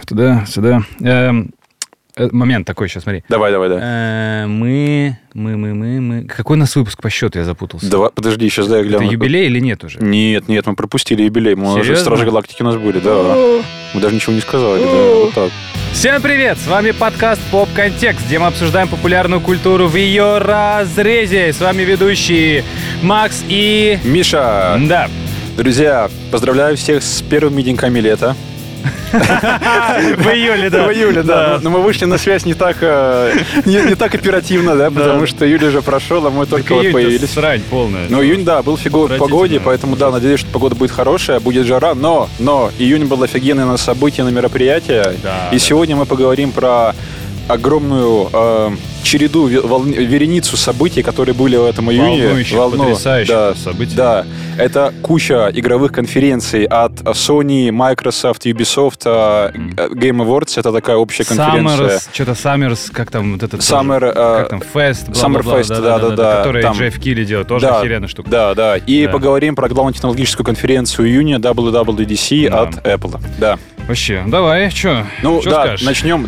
Туда-сюда. Момент такой сейчас, смотри. Давай. Мы... Какой у нас выпуск по счету, я запутался? Подожди, сейчас дай я гляну. Это юбилей или нет уже? Нет, мы пропустили юбилей. Мы уже Стражи Галактики у нас были, да. Мы даже ничего не сказали, да, вот так. Всем привет! С вами подкаст «Поп-контекст», где мы обсуждаем популярную культуру в ее разрезе. С вами ведущие Макс и... Миша! Да. Друзья, поздравляю всех с первыми деньками лета. В июле, да. В июле, да. Но мы вышли на связь не так оперативно, да, потому что июль уже прошел, а мы только вот появились. Срань полная. Но июнь, да, был фиговый по погоде, поэтому, да, надеюсь, что погода будет хорошая, будет жара, но июнь был офигенный на события, на мероприятия. И сегодня мы поговорим про огромную череду, вереницу событий, которые были в этом июне. Потрясающих событий. Да, это куча игровых конференций от Sony, Microsoft, Ubisoft, Game Awards. Это такая общая конференция. Summers, как там вот этот... Как там, Fest, Summer Fest, да. Который Джефф Килли делает, тоже охеренная штука. Да. И поговорим про главную технологическую конференцию июня WWDC от Apple. Да. Вообще, давай, что? Ну, да, скажешь? начнем,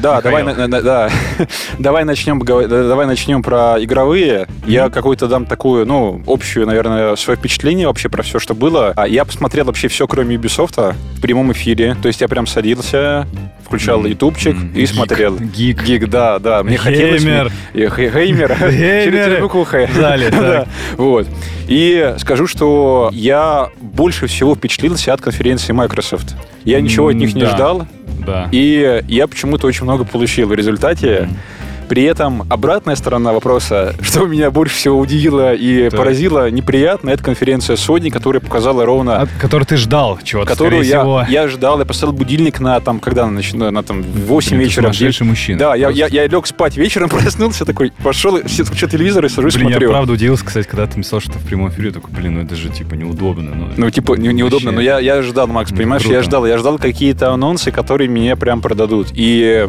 давай начнем про игровые. Я какую-то дам такую, общую, наверное, свое впечатление вообще про все, что было. Я посмотрел вообще все, кроме Ubisoft, в прямом эфире. То есть я прям садился, включал ютубчик и смотрел. Гик, да. Мне хотелось... Геймер. Через букву Х. Да. Вот. И скажу, что я больше всего впечатлился от конференции Microsoft. Я ничего от них не ждал. Да. И я почему-то очень много получил в результате. При этом обратная сторона вопроса, что меня больше всего удивило и поразило неприятно, это конференция Sony, которая показала ровно... Которую ты ждал чего-то, которую я ждал, я поставил будильник на, когда она начала, на 8 вечера. Сумасшедший мужчина. Да, я лег спать вечером, проснулся такой, пошел, включил телевизор и сажусь, смотрю. Я правда удивился, кстати, когда ты написал, что в прямом эфире, такой, это же, неудобно. Неудобно, но я ждал, Макс, понимаешь, я ждал какие-то анонсы, которые меня прям продадут. И...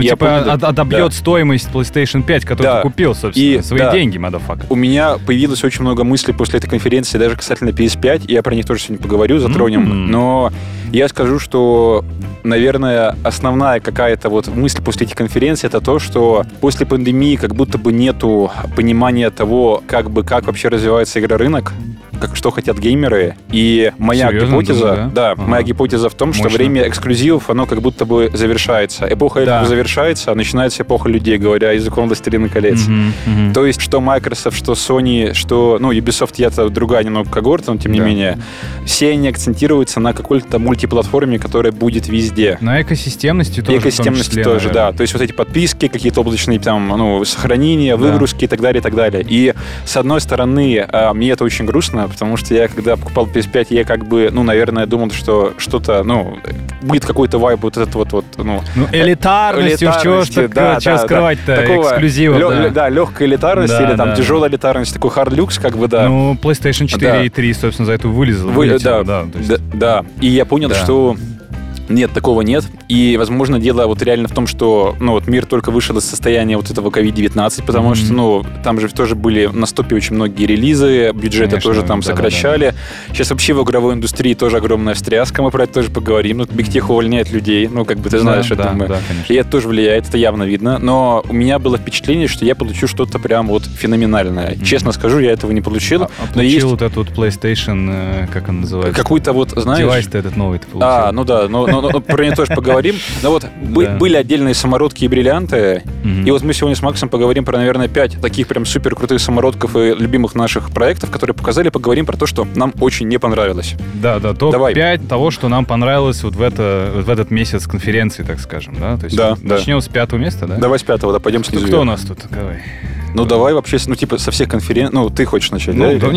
отобьет стоимость PlayStation 5, которую ты купил, собственно, свои деньги, motherfucker. У меня появилось очень много мыслей после этой конференции, даже касательно PS5, и я про них тоже сегодня поговорю, затронем. Но я скажу, что, наверное, основная какая-то мысль после этих конференций — это то, что после пандемии как будто бы нету понимания того, как вообще развивается игрорынок, что хотят геймеры. И моя гипотеза, моя гипотеза в том, что время эксклюзивов, оно как будто бы завершается. Эпоха завершается, а начинается эпоха людей, говоря языком «Властелина колец». То есть, что Microsoft, что Sony, что, Ubisoft, это другая немного когорта, но тем не менее, все они акцентируются на какой-то мультиплатформе, которая будет везде. На экосистемности тоже. Экосистемности тоже, да. То есть, вот эти подписки, какие-то облачные сохранения, выгрузки и так далее, и так далее. И, с одной стороны, мне это очень грустно, потому что я, когда покупал PS5, я наверное, думал, что что-то, будет какой-то вайб вот этот вот. Элитарностью, чего скрывать-то, эксклюзивов. Да, легкая элитарность или тяжелая элитарность, такой хард-люкс, PlayStation 4 и 3, собственно, за это вылетело. Да, и я понял, что... Нет, такого нет. И, возможно, дело реально в том, что мир только вышел из состояния этого COVID-19, потому что, там же тоже были на стопе очень многие релизы, бюджеты тоже там сокращали. Сейчас вообще в игровой индустрии тоже огромная встряска, мы про это тоже поговорим. Big Tech увольняет людей, ты знаешь, и это тоже влияет, это явно видно. Но у меня было впечатление, что я получу что-то прям феноменальное. Честно скажу, я этого не получил. Получил вот этот PlayStation, как он называется? Какой-то знаешь... Девайс-то этот новый ты получил. Про него тоже поговорим. Но были отдельные самородки и бриллианты. И мы сегодня с Максом поговорим про, наверное, 5 таких прям супер крутых самородков и любимых наших проектов, которые поговорим про то, что нам очень не понравилось. Да, топ-5 того, что нам понравилось в этот месяц конференции, так скажем. Да? То есть начнем с 5-го места, да? Давай с 5-го, пойдем снизу. Кто у нас тут? Давай. Давай вообще, со всех конференций. Ты хочешь начать,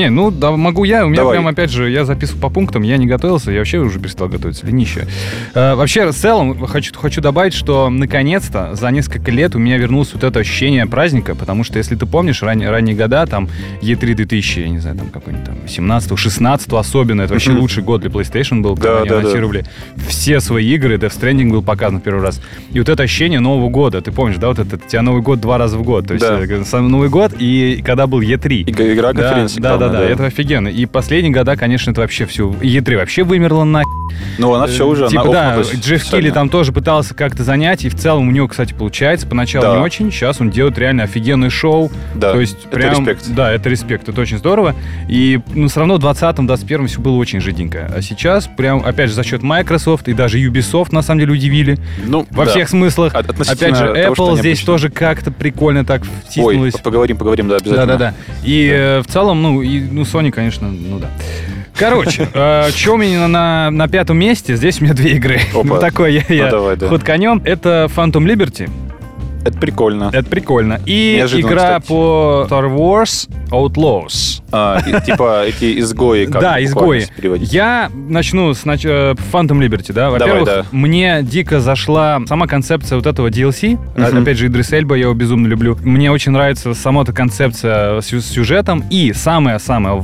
могу я. У меня прям, опять же, я записываю по пунктам, я не готовился, я вообще уже перестал готовиться, ленище. Вообще, в целом, хочу добавить, что, наконец-то, за несколько лет у меня вернулось это ощущение праздника, потому что, если ты помнишь, ранние года, там, E3 2000, я не знаю, там, какой-нибудь там, 17-го, 16-го особенно, это вообще лучший год для PlayStation был, когда они анонсировали все свои игры, Death Stranding был показан в первый раз. И это ощущение Нового года, ты помнишь, да, у тебя Новый год 2 раза в год, то есть Новый год, и когда был E3. Игра конференция. Да, это офигенно. И последние года, конечно, это вообще все... E3 вообще вымерло нахер. Ну, она все уже, типа, она да, Джефф Килли там тоже пытался как-то занять, и в целом у него, кстати, получается. Поначалу не очень, сейчас он делает реально офигенное шоу. Да, то есть, это прям, респект. Да, это респект, это очень здорово. И все равно в 2020-2021 все было очень жиденько. А сейчас, прям, опять же, за счет Microsoft и даже Ubisoft, на самом деле, удивили. Ну, во всех смыслах. Опять же, Apple здесь тоже как-то прикольно так втиснулась. Ой, поговорим, да, обязательно. Да-да-да. И в целом, Sony, конечно, да. Короче, что у меня на пятом месте? Здесь у меня две игры. Опа. Такой я ход конем. Это Phantom Liberty. Это прикольно. Это прикольно. И неожиданно, игра кстати. по Star Wars Outlaws. Типа эти изгои. Как да, изгои. Переводить? Я начну с Phantom Liberty, да. Во-первых, Давай, да. мне дико зашла сама концепция вот этого DLC. Опять же, Идрис Эльба, я его безумно люблю. Мне очень нравится сама эта концепция с сюжетом. И самое-самое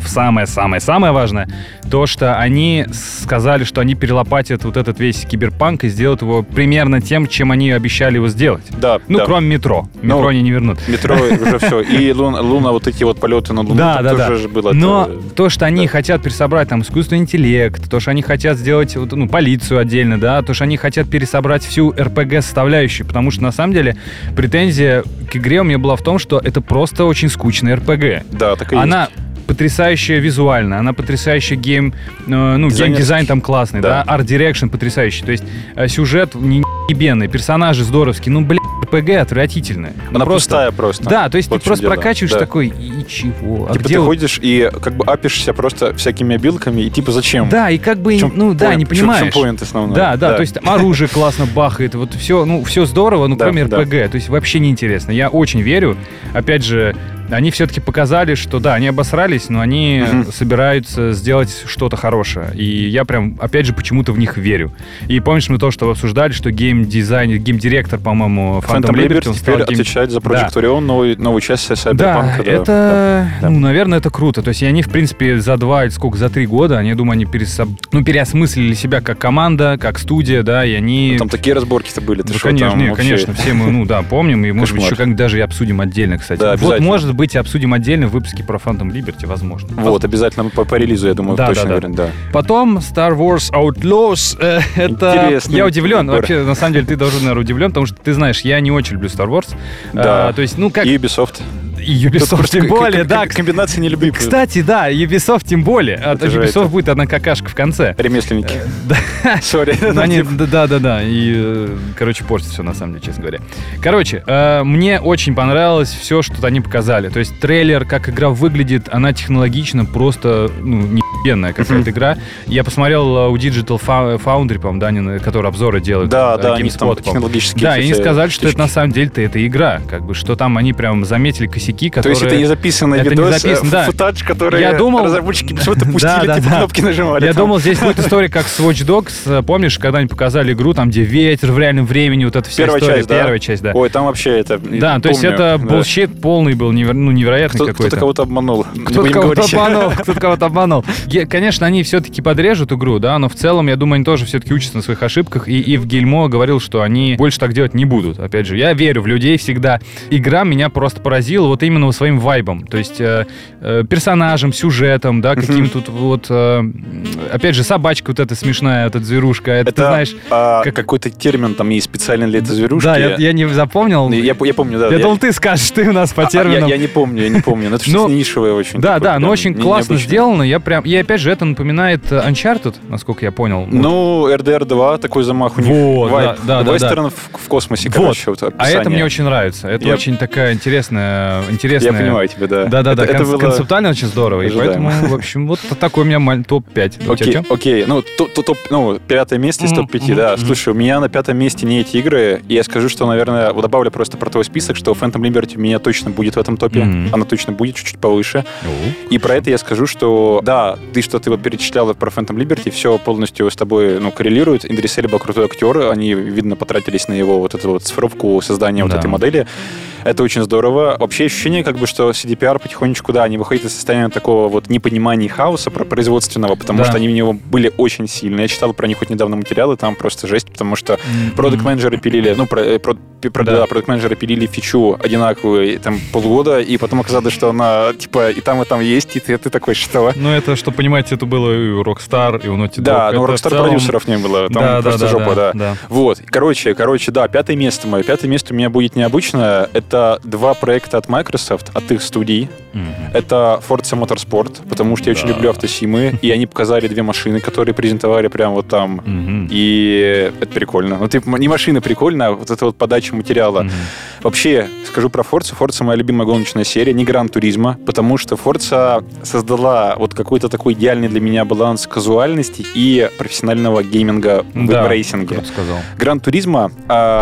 важное, то, что они сказали, что они перелопатят вот этот весь киберпанк и сделают его примерно тем, чем они обещали его сделать. Да, кроме метро. Метро они не вернут. Метро уже все. И Луна, вот эти вот полеты на Луну, тоже было. Но то, что они хотят пересобрать там искусственный интеллект, то, что они хотят сделать полицию отдельно, да, то, что они хотят пересобрать всю RPG-составляющую, потому что, на самом деле, претензия к игре у меня была в том, что это просто очень скучная RPG. Да, так и Она потрясающая визуально, она потрясающая геймдизайн там классный, да, арт-дирекшн потрясающий, то есть сюжет ебенный, персонажи здоровские, RPG отвратительная. Она пустая просто. Да, то есть вот ты просто дело. прокачиваешь такой, и чего? Типа ты ходишь и как бы апишься просто всякими обилками, и типа зачем? Да, и как бы, не понимаешь. В чем поинт основной? Да, то есть оружие классно бахает, вот все здорово, кроме RPG, то есть вообще неинтересно. Я очень верю, опять же, они все-таки показали, что да, они обосрались, но они собираются сделать что-то хорошее. И я прям, опять же, почему-то в них верю. И помнишь, мы то, что обсуждали, что геймдиректор, по-моему, Phantom Liberty теперь отвечает за Project Orion, новую часть Cyberpunk. Да, это, наверное, это круто. То есть они, в принципе, за 3 года, я думаю, они переосмыслили себя как команда, как студия, да, и они... Там такие разборки-то были. Конечно, все мы, помним, и, может быть, еще как-нибудь даже и обсудим отдельно, кстати. Да, вот, может быть, и обсудим отдельно в выпуске про Phantom Liberty, возможно. Вот, обязательно по релизу, я думаю, точно уверен, да. Потом Star Wars Outlaws. Это... Интересный Я удивлен. выбор. Вообще, на самом деле, ты должен, наверное, удивлен, потому что ты знаешь, я не очень люблю Star Wars. Да. То есть, как... И Ubisoft. И Ubisoft тем более, да. Комбинации не люблю. Кстати, да, Ubisoft тем более. От Ubisoft будет одна какашка в конце. Ремесленники. Сори. Да. И, короче, портит все, на самом деле, честно говоря. Короче, мне очень понравилось все, что они показали. То есть трейлер, как игра выглядит, она технологично просто, неебенная какая-то игра. Я посмотрел у Digital Foundry, по-моему, который обзоры делают. Да, они там технологические. Да, и они сказали, что это на самом деле-то это игра. Как бы, что там они прям заметили косяки, которые... То есть это не записанный видос, футаж, который разработчики почему-то пустили, типа кнопки нажимали. Я думал, здесь будет история, как с Watch Dogs. Помнишь, когда-нибудь показали игру, там, где ветер в реальном времени, вот эта вся история. Первая часть, да. Ой, там вообще это... Да, то есть это bullshit полный был, невероятный какой-то. Кто-то кого-то обманул. Кто-то кого-то обманул. Конечно, они все-таки подрежут игру, да, но в целом, я думаю, они тоже все-таки учатся на своих ошибках. И Ив Гильмо говорил, что они больше так делать не будут. Опять же, я верю в людей всегда. Игра меня просто поразила вот именно своим вайбом. То есть персонажем, сюжетом, да, каким-то вот... Опять же, собачка вот эта смешная, вот эта зверушка. Это ты знаешь... Какой-то термин там есть специально для этой зверушки. Да, я не запомнил. Я помню, да. Я думал, ты скажешь, ты у нас по терминам. Я не помню. Но это что-то нишевое очень. Да, но очень классно сделано. И опять же, это напоминает Uncharted, насколько я понял. Ну, RDR 2, такой замах у них. Вот, да. Вестерн в космосе, короче, вот А это мне очень нравится. Это очень такая интересная... Я понимаю тебя, да. Да. Концептуально очень здорово. И поэтому, в общем, вот такой у меня топ-5. Окей. Пятое место из топ-5, да. Слушай, у меня на пятом месте не эти игры. И я скажу, что, наверное, добавлю просто про твой список, что Phantom Liberty у меня точно будет в этом топе. Она точно будет чуть-чуть повыше. И про это я скажу, что да, ты вот перечисляла про Phantom Liberty, все полностью с тобой коррелирует. Идрис Эльба крутой актер, они, видно, потратились на его вот эту вот цифровку создания вот этой модели. Это очень здорово. Вообще ощущение, как бы, что CDPR потихонечку, да, они выходят из состояния такого вот непонимания хаоса производственного, потому что они в него были очень сильны. Я читал про них хоть недавно материалы, там просто жесть, потому что продакт-менеджеры пилили, продакт-менеджеры пилили фичу одинаковую там полгода, и потом оказалось, что она, типа, и там есть, и ты такой, что? Ну, это, чтобы понимаете, это было и у Rockstar, и у Naughty Dog. Да, но у Rockstar продюсеров не было, там просто жопа, да. Вот, короче, да, 5-е место мое. 5-е место у меня будет необычное. Это 2 проекта от Microsoft, от их студий. Это Forza Motorsport, потому что я очень люблю автосимы, и они показали 2 машины, которые презентовали прямо вот там. И это прикольно. Ну, типа, не машины прикольно, а вот это вот подача материала. Вообще, скажу про Forza. Forza моя любимая гоночная серия, не Гран Туризмо, потому что Forza создала вот какой-то такой идеальный для меня баланс казуальности и профессионального гейминга в рейсинге. Гран Туризмо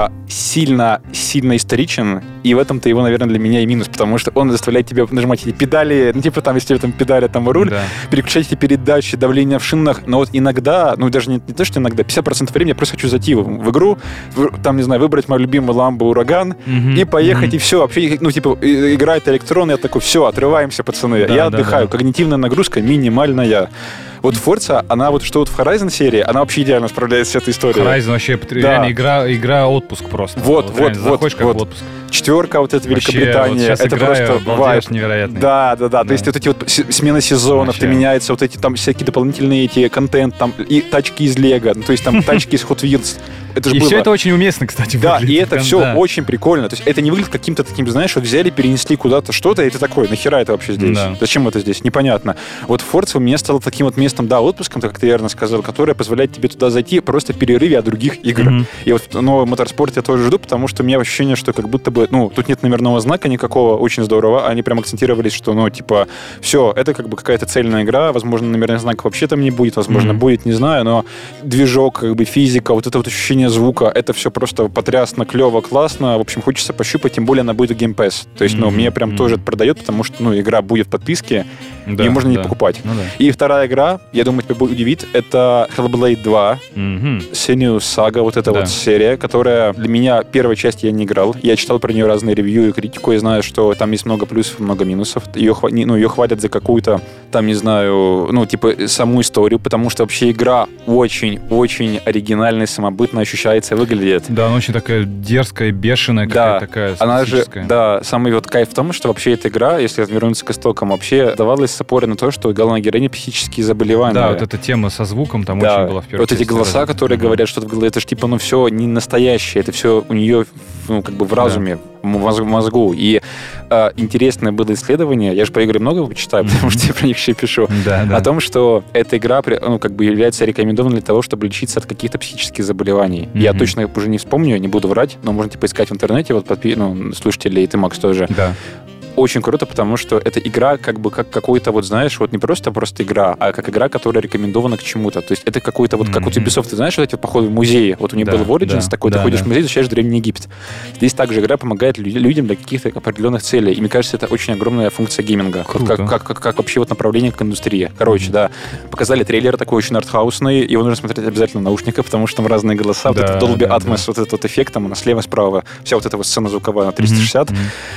сильно историчен, и в этом-то его, наверное, для меня и минус, потому что он заставляет тебя нажимать эти педали, ну, типа там, если там педали, там руль, переключать эти передачи, давление в шинах, но вот иногда, ну, даже не то, что иногда, 50% времени я просто хочу зайти в игру, там, не знаю, выбрать мою любимую ламбу Ураган и поехать, и все. Вообще, ну, типа, играет электрон, я такой, все, отрываемся, пацаны. Я отдыхаю. Когнитивная нагрузка минимальная. Вот Forza, она вот что вот в Horizon серии, она вообще идеально справляется с этой историей. Horizon вообще реально игра-отпуск просто. Вот. Заходишь как в отпуск. 4 вот эта Великобритания, вот это просто вайб невероятный. Да. То есть вот эти вот смена сезонов, ты меняется, вот эти там всякие дополнительные эти контент, там и тачки из Лего, ну, то есть там тачки из Hot Wheels. Это же и было. все это очень уместно, кстати, выглядит. Да, и это все очень прикольно. То есть это не выглядит каким-то таким, знаешь, вот взяли, перенесли куда-то что-то, и ты такой, нахера это вообще здесь? Зачем это здесь? Непонятно. Вот Forza у меня стало таким вот местом, да, отпуском, как ты верно сказал, которое позволяет тебе туда зайти просто в перерыве от других игр. И вот новый Motorsport я тоже жду, потому что у меня ощущение, что как будто бы, ну, тут нет номерного знака никакого, очень здорово. Они прям акцентировались, что, ну, типа, все, это как бы какая-то цельная игра, возможно, номерный знак вообще там не будет, возможно, будет, не знаю, но движок, как бы физика, вот это вот ощущение звука, это все просто потрясно, клево, классно. В общем, хочется пощупать, тем более она будет в Game Pass. То есть, ну, мне прям тоже это продает, потому что, ну, игра будет в подписке, ее можно не покупать. И вторая игра, я думаю, тебя удивит, это Hellblade 2, Senua's Saga, вот эта вот серия, которая для меня, первая часть я не играл. Я читал про нее разные ревью и критику, и знаю, что там есть много плюсов, много минусов. Ее хвалят за какую-то, там, не знаю, ну, типа, саму историю, потому что вообще игра очень-очень оригинальная, самобытно ощущается и выглядит. Да, она очень такая дерзкая, бешеная, какая-то такая специфическая. Да, самый вот кайф в том, что вообще эта игра, если вернуться к истокам, вообще давалась с опорой на то, что главная героиня психические заболевания. Да, вот эта тема со звуком там очень была в первой части. Вот эти голоса, которые говорят, что это же типа, ну, все не настоящее, это все у нее, ну, как бы в разуме, в мозгу. И интересное было исследование, я же по игре много читаю, потому что я про них еще пишу, о том, что эта игра, ну, как бы является рекомендованной для того, чтобы лечиться от каких-то психических заболеваний. Я точно уже не вспомню, не буду врать, но можно типа искать в интернете, вот слушатели, и ты, Макс, тоже. Да. Очень круто, потому что эта игра как бы как какой-то, вот знаешь, вот не просто игра, а как игра, которая рекомендована к чему-то. То есть это какой-то вот, как у Ubisoft, ты знаешь, вот эти вот походы в музеи. Вот у них был в Origins такой, ты ходишь в музей, изучаешь Древний Египет. Здесь также игра помогает людям для каких-то определенных целей. И мне кажется, это очень огромная функция гейминга. Вот как вообще вот направление к индустрии. Короче, показали трейлер такой очень артхаусный, его нужно смотреть обязательно в наушниках, потому что там разные голоса, вот это Dolby Atmos, вот этот вот эффект, там слева, справа, вся вот эта вот сцена звуковая на 360.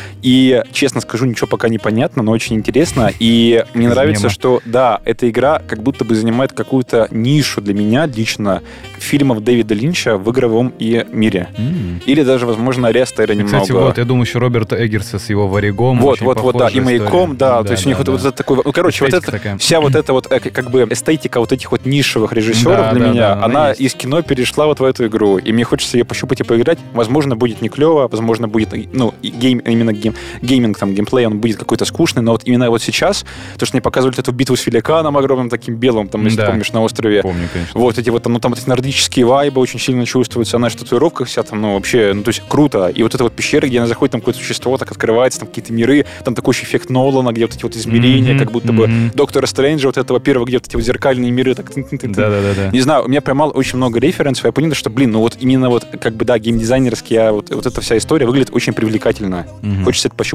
И, честно скажу, ничего пока не понятно, но очень интересно. И мне нравится, что, да, эта игра как будто бы занимает какую-то нишу для меня лично фильмов Дэвида Линча в игровом мире. Или даже, возможно, Арестера немного. Кстати, вот, я думаю, еще Роберта Эггерса с его «Варягом». Вот, да, и «Маяком», да. То есть у них вот это такой... Ну, короче, вот это вся вот эта вот как бы эстетика вот этих вот нишевых режиссеров для меня, она из кино перешла вот в эту игру. И мне хочется ее пощупать и поиграть. Возможно, будет не клево, возможно, будет, ну, именно гейминг, там, геймплей, он будет какой-то скучный, но вот именно вот сейчас, то, что мне показывали эту битву с великаном огромным таким белым, там, если помнишь, на острове. Помню, конечно. Вот эти вот, там эти нордические вайбы очень сильно чувствуются, она в татуировках вся там, ну, вообще, ну, то есть круто. И вот эта вот пещера, где она заходит, там какое-то существо, так открывается, там какие-то миры, там такой еще эффект Нолана, где вот эти вот измерения, как будто бы Доктора Стрэнджа, вот этого первого, где вот эти вот зеркальные миры, так... Да. Не знаю, у меня поймал очень много референсов, я понял, что, блин, ну вот именно вот, как бы, да, геймдизайнерские, вот эта вся история выглядит очень привлекательно. Хочется это пощупать и поиграть.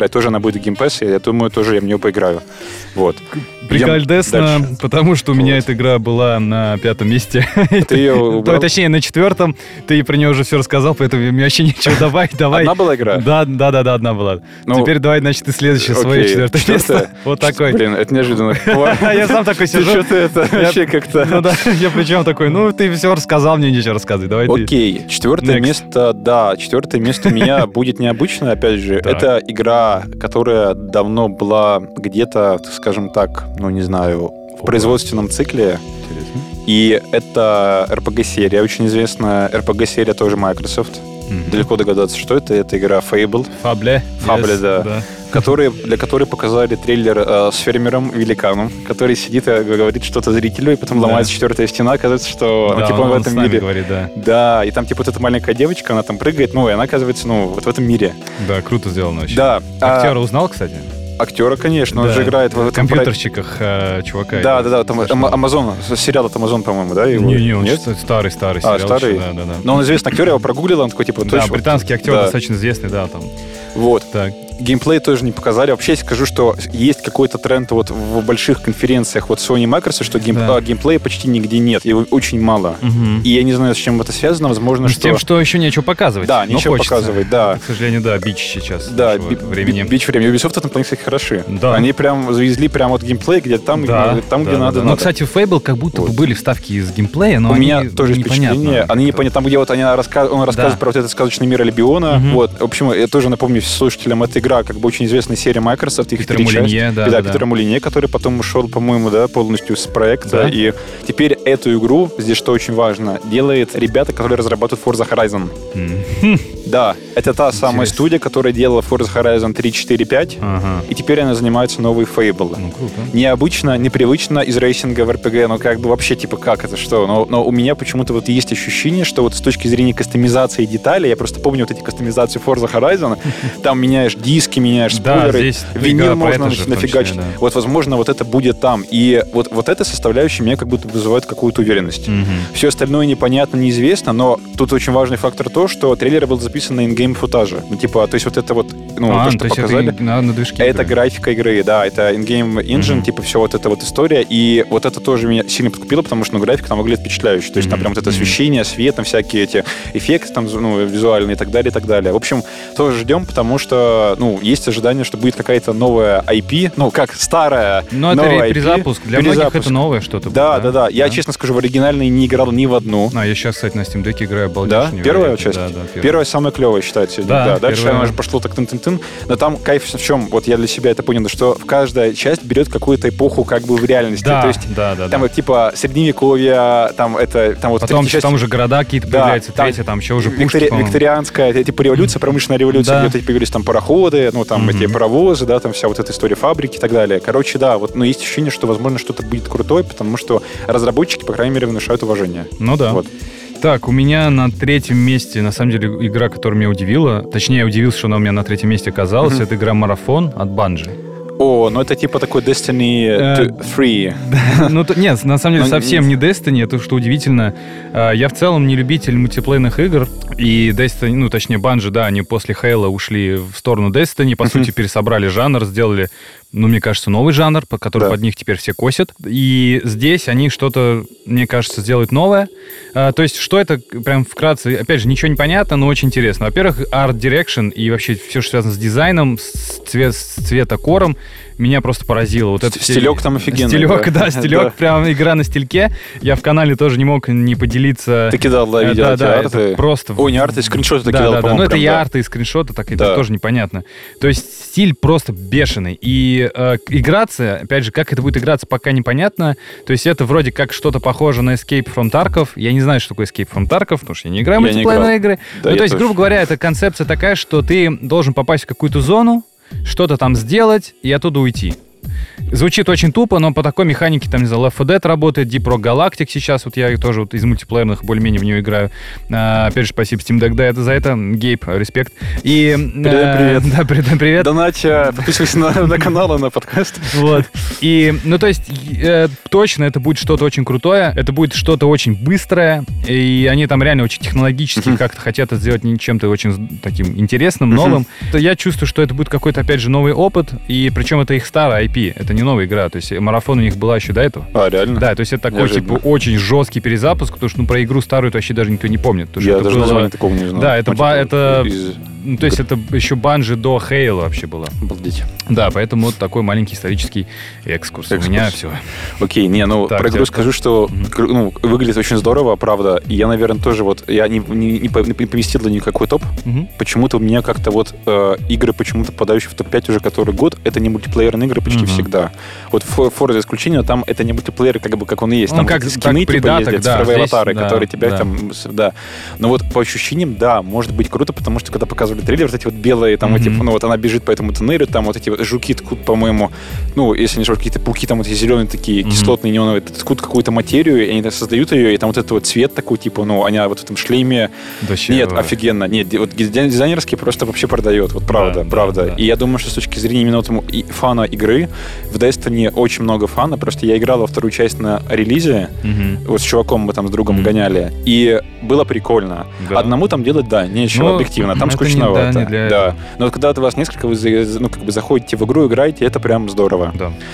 тоже она будет в Game Pass, и я думаю, тоже я в нее поиграю. Вот. Прикольдесно, потому что у меня эта игра была на 5-м месте. Ты ее убрал? Точнее, на 4-м. Ты про нее уже все рассказал, поэтому мне вообще ничего добавить. Давай. Одна была игра? Да, одна была. Теперь давай, значит, ты следующее свое 4-е место. Вот такой. Блин, это неожиданно. Я сам такой сижу. Что-то это вообще как-то... Ну да, я причем такой, ты все рассказал, мне ничего рассказывай, давай ты. Окей, 4-е место, да, 4-е место у меня будет необычно, опять же. Это игра, которая давно была где-то, скажем так, не знаю, в производственном цикле. Интересно. И это RPG-серия, очень известная. RPG-серия тоже Microsoft. Далеко догадаться, что это. Это игра Fable. Fable, да. Для которой показали трейлер с фермером-великаном, который сидит и говорит что-то зрителю, и потом ломается 4-я стена, оказывается, что он в этом мире. Говорит, да, и там вот эта маленькая девочка, она там прыгает, и она оказывается, вот в этом мире. Да, круто сделано вообще. Да. Актера узнал, кстати? Актера, конечно, он же играет в этом компьютерщиках чувака. Да, там Амазон, сериал от Амазон, по-моему, да? Не, он старый сериал. Старый? Да. Но он известный актер, я его прогуглил, он такой, Да, британский актер, достаточно известный, да, там. Вот. Так. Геймплей тоже не показали. Вообще, я скажу, что есть какой-то тренд вот в больших конференциях Sony и Microsoft, что геймплея почти нигде нет, его очень мало. И я не знаю, с чем это связано, возможно, что... С тем, что еще нечего показывать. Да, нечего показывать, да. К сожалению, да, бич сейчас. Да, бич времени. Ubisoft в этом плане, кстати, хороши. Да. Они прям завезли прям вот геймплей, где там, где надо. Но, кстати, в Fable как будто бы были вставки из геймплея, но у меня тоже есть впечатление. Они непонятно. Там, где вот он рассказывает про вот этот сказочный мир Альбиона. Вот. В общем, я тоже напомню слушателям, эта игра как бы очень известная серия Microsoft. Их Питера Молинье, Питера Молинье, который потом ушел, по-моему, полностью с проекта. И теперь эту игру, здесь что очень важно, делает ребята, которые разрабатывают Forza Horizon. Да, это та самая студия, которая делала Forza Horizon 3, 4, 5. И теперь она занимается новой Fable. Круто. Необычно, непривычно из рейсинга в RPG, но как бы вообще, как это что? Но у меня почему-то вот есть ощущение, что вот с точки зрения кастомизации деталей, я просто помню вот эти кастомизации Forza Horizon, там меняешь диски, меняешь спойлеры, винил можно нафигачить. Да. Вот, возможно, вот это будет там. И вот эта составляющая меня как будто вызывает какую-то уверенность. Все остальное непонятно, неизвестно, но тут очень важный фактор то, что трейлер был записан на in-game футаже. То есть вот это вот, то, что показали, на движке это графика игры, да, это in-game engine, все вот эта вот история, и вот это тоже меня сильно подкупило, потому что, графика там выглядит впечатляюще. То есть там прям вот это освещение, свет, там всякие эти эффекты там, визуальные и так далее, и так далее. В общем, тоже ждем, потому что, есть ожидание, что будет какая-то новая IP, как старая, новая это перезапуск. Для многих это новое что-то. Да. Я, честно скажу, в оригинальной не играл ни в одну. Я сейчас, кстати, на Steam Deck играю, Да? Первая часть? Да, первая самая клевая, считается. Да, дальше она уже пошло так тын-тын-тын. Но там кайф в чем? Вот я для себя это понял, что каждая часть берет какую-то эпоху как бы в реальности. Да, то есть там средневековье, там вот потом там уже города какие-то появляются, третья, там еще уже пушки, викторианская, революция, промышленная революция, где появились там пароходы, эти паровозы, там вся вот эта история фабрики и так далее. Короче, есть ощущение, что, возможно, что-то будет крутое, потому что разработчики, по крайней мере, внушают уважение. Да. Вот. Так, у меня на 3-м месте, на самом деле, игра, которая меня удивила. Точнее, я удивился, что она у меня на 3-м месте оказалась. Это игра «Марафон» от Bungie. Это такой Destiny 3. Нет, на самом деле совсем не Destiny, это что удивительно. Я в целом не любитель мультиплеерных игр, и Destiny, точнее Bungie, они после Halo ушли в сторону Destiny, по сути пересобрали жанр, сделали, мне кажется, новый жанр, который под них теперь все косят. И здесь они что-то, мне кажется, сделают новое. То есть, что это, прям вкратце, опять же, ничего не понятно, но очень интересно. Во-первых, Art Direction и вообще все, что связано с дизайном, с цветокором, меня просто поразило. Вот стилек там офигенный. Стилек, прям игра на стильке. Я в канале тоже не мог не поделиться. Ты кидал, видел эти арты? Просто... не арты, скриншоты ты кидал, по-моему. Это и арты, и скриншоты, так это тоже непонятно. То есть стиль просто бешеный. И играться, опять же, как это будет играться, пока непонятно. То есть это вроде как что-то похоже на Escape from Tarkov. Я не знаю, что такое Escape from Tarkov, потому что я не играю в мультиплеерные игры. То есть, грубо говоря, это концепция такая, что ты должен попасть в какую-то зону, что-то там сделать и оттуда уйти. Звучит очень тупо, но по такой механике, там, не знаю, Left 4 Dead работает, Deep Rock Galactic сейчас, вот я тоже вот из мультиплеерных более-менее в нее играю. Опять же, спасибо Steam Deck за это. Гейб, респект. И, привет. Да, привет. Донатья, подписывайся на канал и на подкаст. Вот. И, ну, то есть, точно это будет что-то очень крутое, это будет что-то очень быстрое, и они там реально очень технологически как-то хотят это сделать чем-то очень таким интересным, новым. Я чувствую, что это будет какой-то, опять же, новый опыт, и причем это их старая IP, это не новая игра, то есть марафон у них была еще до этого. А, реально? Да, то есть это такой, типа, очень жесткий перезапуск, потому что, ну, про игру старую вообще даже никто не помнит. Я даже название такого не знаю. Да, это ну, то есть это еще Bungie до Halo вообще было. Обалдеть. Да, поэтому вот такой маленький исторический экскурс. У меня все. Окей, про игру скажу, что выглядит очень здорово, правда. И я, наверное, тоже я не поместил для нее никакой топ. Почему-то у меня как-то игры, почему-то попадающие в топ-5 уже который год, это не мультиплеерные игры почти всегда. Вот Forza за исключением, там это не мультиплеер, как он и есть. Там как скины, придаток, ездят, цифровые аватары, которые тебя там... Да. Но вот по ощущениям, да, может быть круто, потому что когда показывали трейлер, вот эти вот белые, там она бежит по этому туннелю, там вот эти вот жуки ткут, по-моему, если не ошибаюсь, какие-то пауки, там вот эти зеленые такие, кислотные, неоновые, ткут какую-то материю, и они создают ее, и там вот этот вот цвет такой, типа, они вот в этом шлеме. Нет, офигенно. Нет, вот дизайнерский просто вообще продает, вот правда, правда. Да. И я думаю, что с точки зрения именно фана игры, в Destiny очень много фана, просто я играл во вторую часть на релизе, вот с чуваком мы там с другом гоняли, и было прикольно. Да. Одному там делать, нечего, объективно, там скучновато. Да. Но когда у вас несколько, вы заходите в игру, играете, это прям здорово.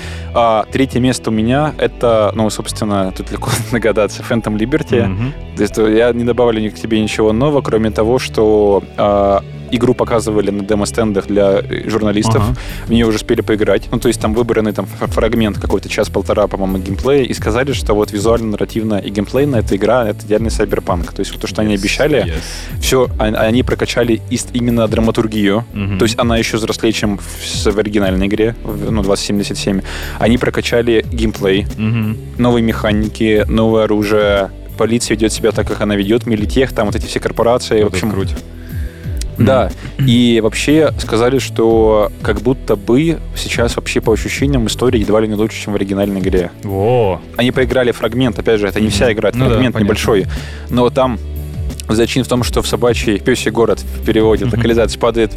Да. Третье место у меня, это, собственно, тут легко догадаться, Phantom Liberty. То есть я не добавлю к тебе ничего нового, кроме того, что игру показывали на демо-стендах для журналистов, в нее уже успели поиграть. То есть там выбранный фрагмент какой-то, час-полтора, по-моему, геймплея, и сказали, что вот визуально-нарративно и геймплейно эта игра — это идеальный сайберпанк. То есть вот то, что они обещали, все, они прокачали именно драматургию. То есть она еще взрослее, чем в оригинальной игре, 2077. Они прокачали геймплей, новые механики, новое оружие. Полиция ведет себя так, как она ведет, Милитех, там вот эти все корпорации. В общем, круть. Да, и вообще сказали, что как будто бы сейчас вообще по ощущениям история едва ли не лучше, чем в оригинальной игре. Они поиграли фрагмент, опять же, это не вся игра, это фрагмент небольшой, но там зачин в том, что в собачий пёсий город в переводе локализации падает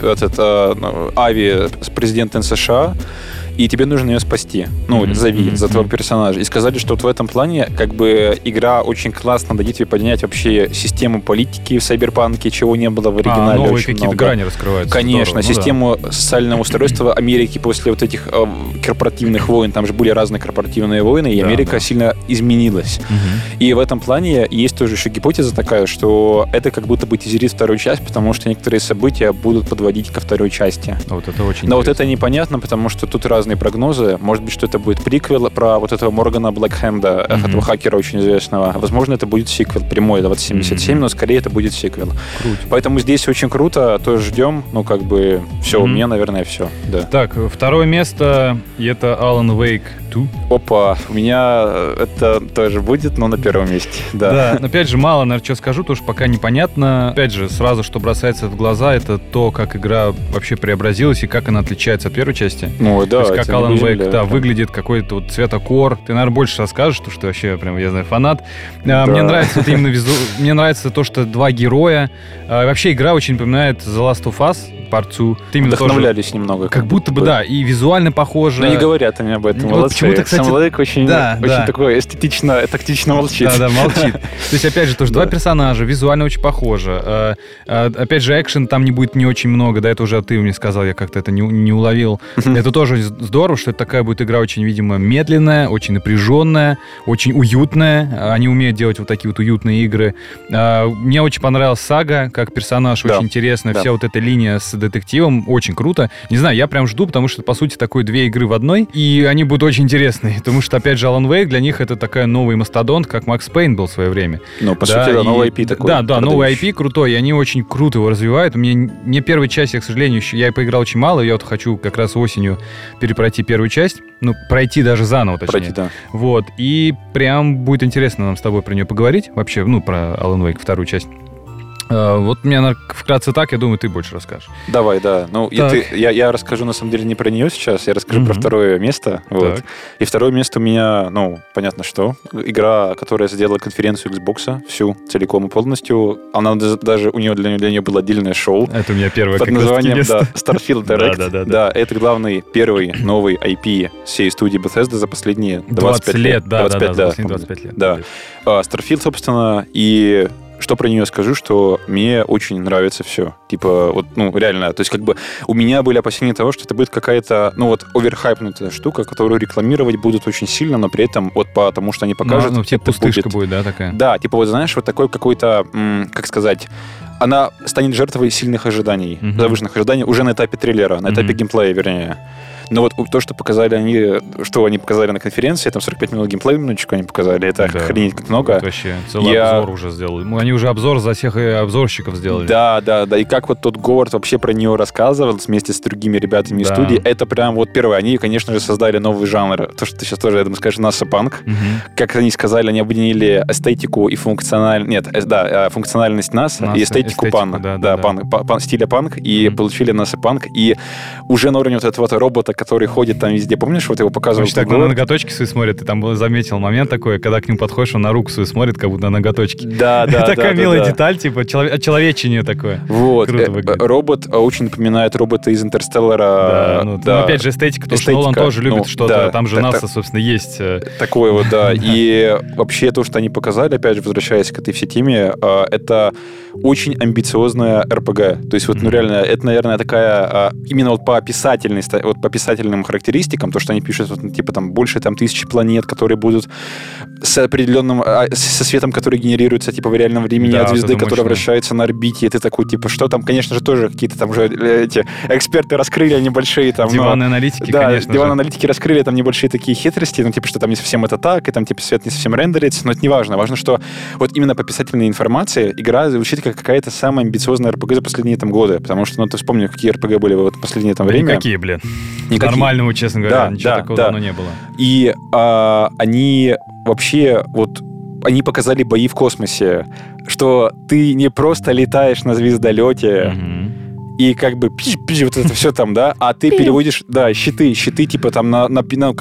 Ави, президент США, и тебе нужно ее спасти. Зови за твоего персонажа. И сказали, что вот в этом плане как бы игра очень классно дает тебе поднять вообще систему политики в Сайберпанке, чего не было в оригинале. Новые какие-то грани раскрываются. Конечно. Систему социального устройства Америки после вот этих корпоративных войн, там же были разные корпоративные войны, и Америка сильно изменилась. И в этом плане есть тоже еще гипотеза такая, что это как будто бы тизерит вторую часть, потому что некоторые события будут подводить ко второй части. Вот это очень Но вот это непонятно, потому что тут разные прогнозы. Может быть, что это будет приквел про вот этого Моргана Блэкхенда, этого хакера очень известного. Возможно, это будет сиквел прямой 2077, но скорее это будет сиквел. Круто. Поэтому здесь очень круто, тоже ждем. Все, у меня, наверное, все. Да. Так, второе место, и это Alan Wake 2. Опа, у меня это тоже будет, но на первом месте. Да, но опять же, мало, наверное, что скажу, потому что пока непонятно. Опять же, сразу, что бросается в глаза, это то, как игра вообще преобразилась и как она отличается от первой части. Да. То есть, как Alan Wake, выглядит какой-то вот цветокор. Ты, наверное, больше расскажешь, потому что вообще, прям, я знаю, фанат. Мне нравится это именно мне нравится то, что два героя. Вообще, игра очень напоминает The Last of Us, Part 2. Вдохновлялись тоже, немного. Как будто бы, да, и визуально похоже. Но не говорят они об этом. Вот почему-то, кстати, Sam Lake очень такой эстетично, тактично молчит. Да, молчит. То есть, опять же, тоже два персонажа, визуально очень похоже. Опять же, экшен там не будет не очень много, это уже ты мне сказал, я как-то это не уловил. Это тоже здорово, что это такая будет игра очень, видимо, медленная, очень напряженная, очень уютная. Они умеют делать вот такие вот уютные игры. Мне очень понравилась Сага, как персонаж, очень интересная. Вся вот эта линия с детективом, очень круто. Не знаю, я прям жду, потому что, по сути, такой две игры в одной, и они будут очень интересные, потому что, опять же, Alan Wake для них это такая новый мастодонт, как Макс Пейн был в свое время. По сути, новый IP такой. Да, новый IP крутой, и они очень круто его развивают. Мне первая часть, к сожалению, я поиграл очень мало, я вот хочу как раз осенью перепройти первую часть, пройти даже заново, точнее. Вот, и прям будет интересно нам с тобой про нее поговорить, вообще, про Alan Wake вторую часть. Вот мне вкратце так, я думаю, ты больше расскажешь. Давай, да. Ну, я расскажу, на самом деле, не про нее сейчас, я расскажу про второе место. Вот. И второе место у меня, понятно что. Игра, которая сделала конференцию Xbox всю, целиком и полностью. Она даже, для нее было отдельное шоу. Это у меня первое под названием Starfield Direct. Да, это главный, первый новый IP всей студии Bethesda за последние 25 лет. 25 лет. Да. Starfield, собственно, и... Что про нее скажу, что мне очень нравится все. Типа, реально, то есть как бы у меня были опасения того, что это будет какая-то, оверхайпнутая штука, которую рекламировать будут очень сильно, но при этом потому что они покажут... типа пустышка будет, да, такая? Да, типа знаешь, такой какой-то, как сказать... Она станет жертвой сильных ожиданий, завышенных ожиданий уже на этапе трейлера, на этапе геймплея, вернее. Но вот то, что показали они показали на конференции, там 45 минут геймплея, минуточку они показали, это охренеть как много. Это вообще целый обзор уже сделали. Они уже обзор за всех обзорщиков сделали. Да. И как вот тот Говард вообще про нее рассказывал вместе с другими ребятами из студии, это прям вот первое. Они, конечно же, создали новый жанр. То, что ты сейчас тоже, я думаю, скажешь, NASA-панк. Как они сказали, они объединили эстетику и функциональность NASA и эстетику панк. Стиля панк, и получили NASA-панк. И уже на уровне вот этого робота, который ходит там везде. Помнишь, вот его показывал? Он так на ноготочки свои смотрит. Ты там заметил момент такой, когда к нему подходишь, он на руку свою смотрит, как будто на ноготочки. Да. Такая милая деталь, типа человечение такое. Вот. Робот очень напоминает робота из «Интерстеллара». Да. Опять же, эстетика, потому что Нолан тоже любит что-то. Там же НАСА, собственно, есть. Такое вот, да. И вообще то, что они показали, опять же, возвращаясь к этой всей теме, это очень амбициозная РПГ. То есть вот, реально, это, наверное, такая именно вот по писательным характеристикам, то, что они пишут, типа там больше 1000 планет, которые будут с определенным, со светом, который генерируется типа в реальном времени от звезды, которая вращается на орбите, и ты такой, типа, что там, конечно же, тоже какие-то там уже эти эксперты раскрыли небольшие там... Диванные аналитики, конечно. Диванные аналитики раскрыли там небольшие такие хитрости, типа, что там не совсем это так, и там, типа, свет не совсем рендерится, но это не важно. Важно, что вот именно по писательной информации игра звучит как какая-то самая амбициозная РПГ за последние там годы, потому что, ты вспомни, какие РПГ были в последнее там время. Никакие, блин. Нормального, честно говоря, ничего такого давно не было. И они вообще они показали бои в космосе, что ты не просто летаешь на звездолете, и как бы вот это все там, да, а ты переводишь, щиты типа там на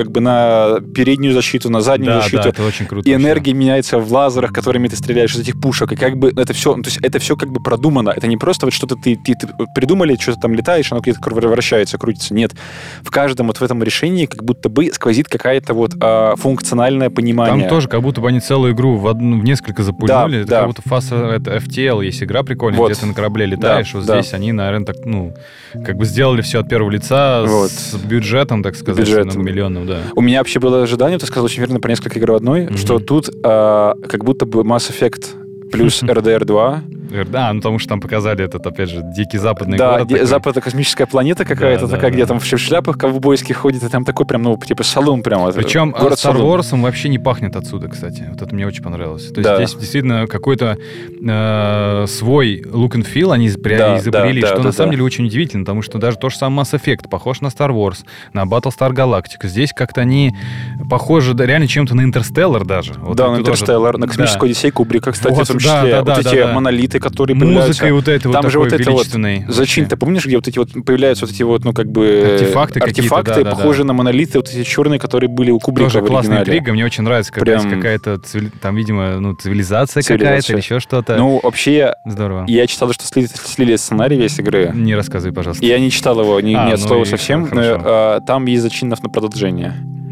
переднюю защиту, на заднюю защиту. Да, это очень круто. И энергия меняется в лазерах, которыми ты стреляешь из этих пушек, и как бы это все, то есть это все как бы продумано. Это не просто вот что-то ты придумали, что-то там летаешь, оно где-то вращается, крутится. Нет. В каждом вот в этом решении как будто бы сквозит какая-то функциональное понимание. Там тоже как будто бы они целую игру в несколько запульнули. Это как будто это FTL, есть игра прикольная, где ты на корабле летаешь. Здесь они, наверное, так, как бы сделали все от первого лица с бюджетом, так сказать, многомиллионным, да. У меня вообще было ожидание, ты сказал очень верно про несколько игр в одной, что тут как будто бы Mass Effect плюс RDR 2. Да, потому что там показали этот, опять же, дикий западный город. Да, западная космическая планета какая-то такая, где там в шляпах ковбойских ходит, и там такой прям, типа салон прям. Причем Star Wars вообще не пахнет отсюда, кстати. Вот это мне очень понравилось. То есть здесь действительно какой-то свой look and feel они изобрели, что на самом деле очень удивительно, потому что даже то же самое Mass Effect похож на Star Wars, на Battlestar Galactica. Здесь как-то они похожи реально чем-то на Interstellar даже. Да, на Interstellar, на космическую Одиссею Кубрика, кстати, в том числе. Вот эти монолиты, которые появляются. Музыкой вот этой там вот же такой вот это величественной. Зачин, ты помнишь, где вот эти вот появляются вот эти вот, артефакты похожие на монолиты, вот эти черные, которые были у Кубрика тоже в оригинале. Классная интрига, мне очень нравится, когда есть какая-то, там, видимо, цивилизация какая-то или еще что-то. Вообще, здорово. Я читал, что слили сценарий весь игры. Не рассказывай, пожалуйста. Я не читал его, ни от слова совсем, но там есть зачинов на продолжение.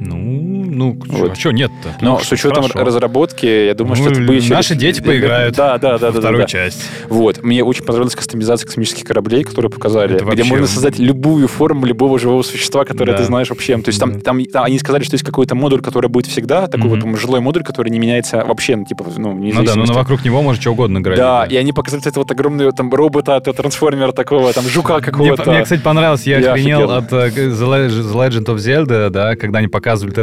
Что нет-то? Но с учетом разработки, я думаю, что это будет... Наши дети поиграют во вторую часть. Вот. Мне очень понравилась кастомизация космических кораблей, которые показали, где можно создать любую форму любого живого существа, которое ты знаешь вообще. То есть там они сказали, что есть какой-то модуль, который будет всегда, такой вот жилой модуль, который не меняется вообще, но вокруг него можно что угодно играть. Да, и они показали этого вот огромного там робота, трансформера такого, там жука какого-то. Мне, кстати, понравилось, я охренел от The Legend of Zelda, да, когда они показывали этот конструктор,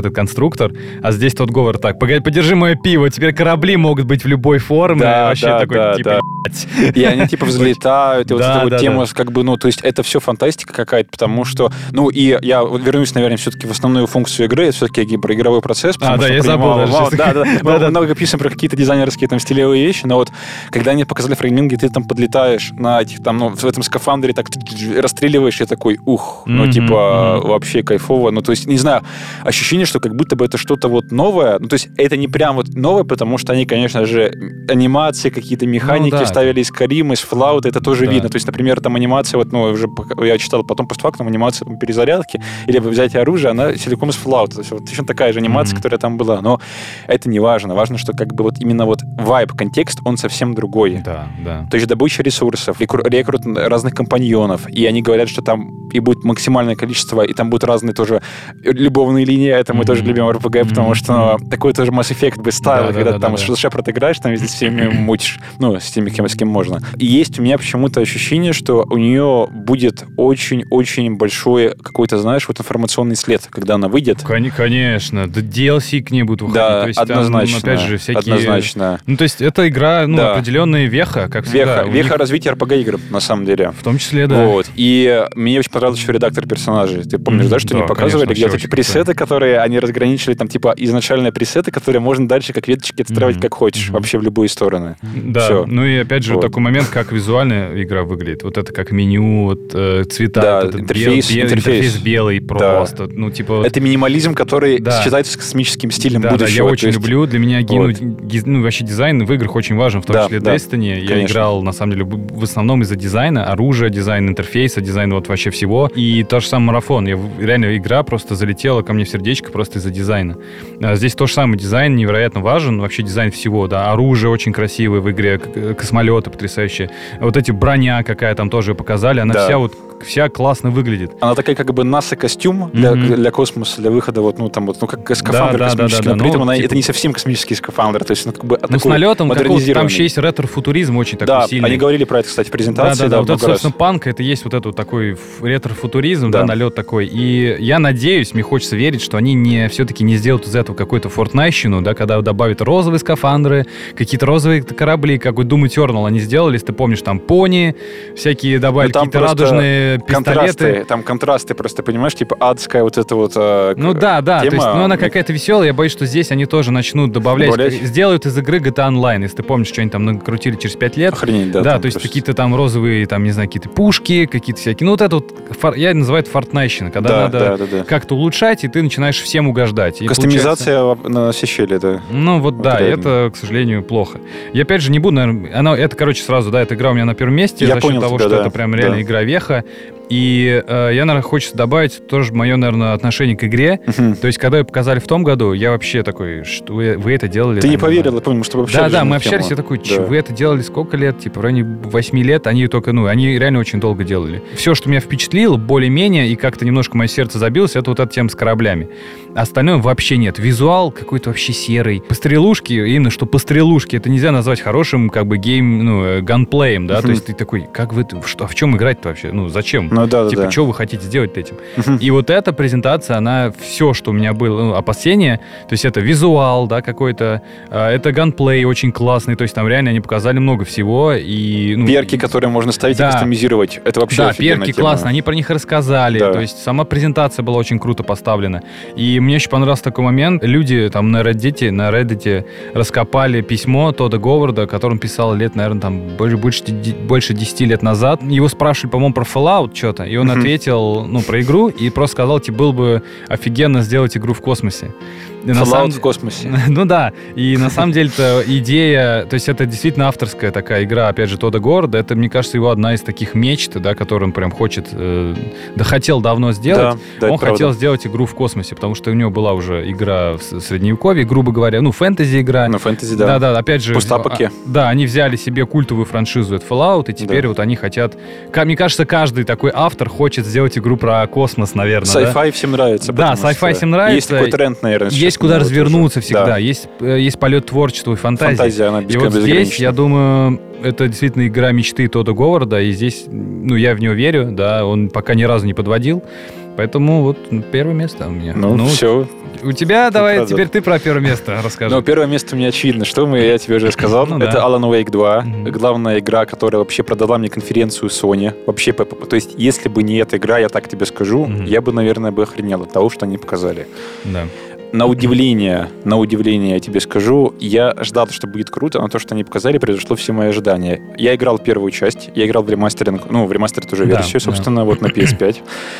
конструктор, а здесь тот Говард так, погоди, подержи мое пиво, теперь корабли могут быть в любой форме. Да, вообще да, такой, да, типа, да. И они типа взлетают, и вот Да, эта вот да, тема, да. как бы, ну, то есть это все фантастика какая-то, потому что, ну, и я вернусь, наверное, все-таки в основную функцию игры, это все-таки про игровой процесс, потому да, что я забыл даже. мы много пишем про какие-то дизайнерские там стилевые вещи, но вот когда они показали фрагмент, где ты там подлетаешь на этих там, ну, в этом скафандре так расстреливаешь, я такой, ну, типа, вообще кайфово, ну, то есть, не знаю, ощущение, что как будто бы это что-то вот новое, ну, то есть это не прям вот новое, потому что они, конечно же, анимации, какие-то механики ставили из Skyrim, из Fallout, это тоже видно. То есть, например, там анимация, вот, ну, уже я читал потом постфактум, анимация там, перезарядки или взятия оружия, она целиком из Fallout. То есть, вот точно такая же анимация, которая там была. Но это не важно. Важно, что как бы вот именно вот вайб, контекст, он совсем другой. Да. То есть добыча ресурсов, рекрут разных компаньонов, и они говорят, что там и будет максимальное количество, и там будут разные тоже любовные линии, это мы тоже любим RPG, потому что такой тоже Mass Effect бы ставил, когда ты там с Шепард играешь, там везде с всеми мутишь, ну, с теми, с кем можно. И есть у меня почему-то ощущение, что у нее будет очень-очень большой какой-то, знаешь, вот информационный след, когда она выйдет. Конечно, да DLC к ней будут выходить. Да, то есть, однозначно. Там, опять же, всякие... Однозначно. Ну, то есть это игра, ну, определенная веха, как всегда. Веха развития RPG-игр, на самом деле. В том числе, да. Вот. И мне очень понравился еще редактор персонажей. Ты помнишь, да, что они показывали, конечно, где-то эти пресеты, которые они разграничили, там, типа, изначальные пресеты, которые можно дальше как веточки отстраивать как хочешь, вообще в любые стороны. Да, Все. ну и опять же такой момент, как визуально игра выглядит. Вот это как меню, вот цвета, Да, вот интерфейс белый просто. Ну, типа... Это минимализм, который сочетается с космическим стилем будущего. Да, я очень люблю. Для меня вообще дизайн в играх очень важен, в том числе Destiny. Я играл, на самом деле, в основном из-за дизайна, оружия, дизайн интерфейса, дизайн вот вообще всего. И то же самое марафон. Реально игра просто залетела ко мне в сердечко просто из-за дизайна. Здесь то же самое, дизайн невероятно важен, вообще дизайн всего, да. Оружие очень красивое в игре, космолеты потрясающие. Вот эти броня какая там тоже показали, она вся классно выглядит. Она такая как бы НАСА-костюм для космоса, для выхода вот, ну, там вот, ну, как скафандр космический, но при этом это не совсем космический скафандр, то есть, ну, как бы с налетом какого-то, там еще есть ретро-футуризм очень такой сильный. Да, они говорили про это, кстати, в презентации. Да, вот это, собственно, панк, это есть вот этот такой ретро-футуризм, налет такой. И я надеюсь, мне хочется верить, что они все-таки не сделают из этого какую-то фортнайщину, да, когда добавят розовые скафандры, какие-то розовые корабли, как вот Doom Eternal они сделали, если ты помнишь, там пони, всякие добавили какие-то радужные пистолеты. Там контрасты просто, понимаешь, типа адская вот эта вот ну да, тема, то есть, она какая-то веселая, я боюсь, что здесь они тоже начнут добавлять. Сделают из игры GTA Online, если ты помнишь, что они там накрутили через 5 лет. Охренеть, да. Да, то есть какие-то там розовые, там, не знаю, какие-то пушки, какие-то всякие. Ну вот это вот, я называю это фортнайщина, когда надо как-то улучшать, и ты начинаешь всем угождать. И кастомизация на все щели, да. Ну вот да, это, к сожалению, плохо. Я опять же не буду, наверное, это, короче, сразу, да, эта игра у меня на первом месте, за счет того, что это прям реально игра веха. И я, наверное, хочется добавить тоже мое, наверное, отношение к игре. То есть, когда ее показали в том году, я вообще такой, что вы это делали? Ты не поверил, я помню, что вообще... Да, мы общались, я такой, вы это делали сколько лет? Типа, в районе 8 лет, они только, они реально очень долго делали. Все, что меня впечатлило, более-менее, и как-то немножко мое сердце забилось, это вот эта тема с кораблями. Остальное вообще нет. Визуал какой-то вообще серый. Пострелушки, именно что пострелушки, это нельзя назвать хорошим, как бы, ганплеем, да? То есть, ты такой, как вы, в чем играть-то вообще? Ну, зачем? Типа, что вы хотите сделать этим? И вот эта презентация, она все, что у меня было, опасения, то есть это визуал, да, какой-то, это ганплей очень классный, то есть там реально они показали много всего. И, перки, которые можно ставить и кастомизировать, это вообще офигенная перки классно, они про них рассказали, то есть сама презентация была очень круто поставлена. И мне очень понравился такой момент, люди там на Reddit раскопали письмо Тодда Говарда, которое он писал лет, наверное, там больше 10 лет назад. Его спрашивали, по-моему, про Fallout, что-то, и он ответил, про игру, и просто сказал, было бы офигенно сделать игру в космосе. Fallout в космосе. Ну да, и на самом деле-то идея, то есть это действительно авторская такая игра, опять же, Тодда Говарда, это, мне кажется, его одна из таких мечт, да, которую он прям хочет, хотел давно сделать. Да, он хотел сделать игру в космосе, потому что у него была уже игра в Средневековье, грубо говоря, фэнтези-игра. Фэнтези, да. Да, опять же. Постапоки. Да, они взяли себе культовую франшизу, это Fallout, и теперь вот они хотят, мне кажется, каждый такой автор хочет сделать игру про космос, наверное. Sci-fi всем нравится. Да, sci-fi всем нравится. Есть такой тренд, наверное. Есть куда развернуться всегда. Есть полет творчества и фантазии. Фантазия, она и вот здесь, я думаю, это действительно игра мечты Тодда Говарда, и здесь, я в него верю, да, он пока ни разу не подводил. Поэтому вот первое место у меня. Все. У тебя, давай, теперь ты про первое место расскажи. Ну, первое место у меня очевидно, что я тебе уже сказал. Это Alan Wake 2. Главная игра, которая вообще продала мне конференцию Sony. Вообще, то есть, если бы не эта игра, я так тебе скажу, я бы, наверное, охренел от того, что они показали. Да. На удивление, я тебе скажу, я ждал, что будет круто, но то, что они показали, превзошло все мои ожидания. Я играл в первую часть, я играл в ремастеринг, в ремастере тоже версию, собственно, вот на PS5.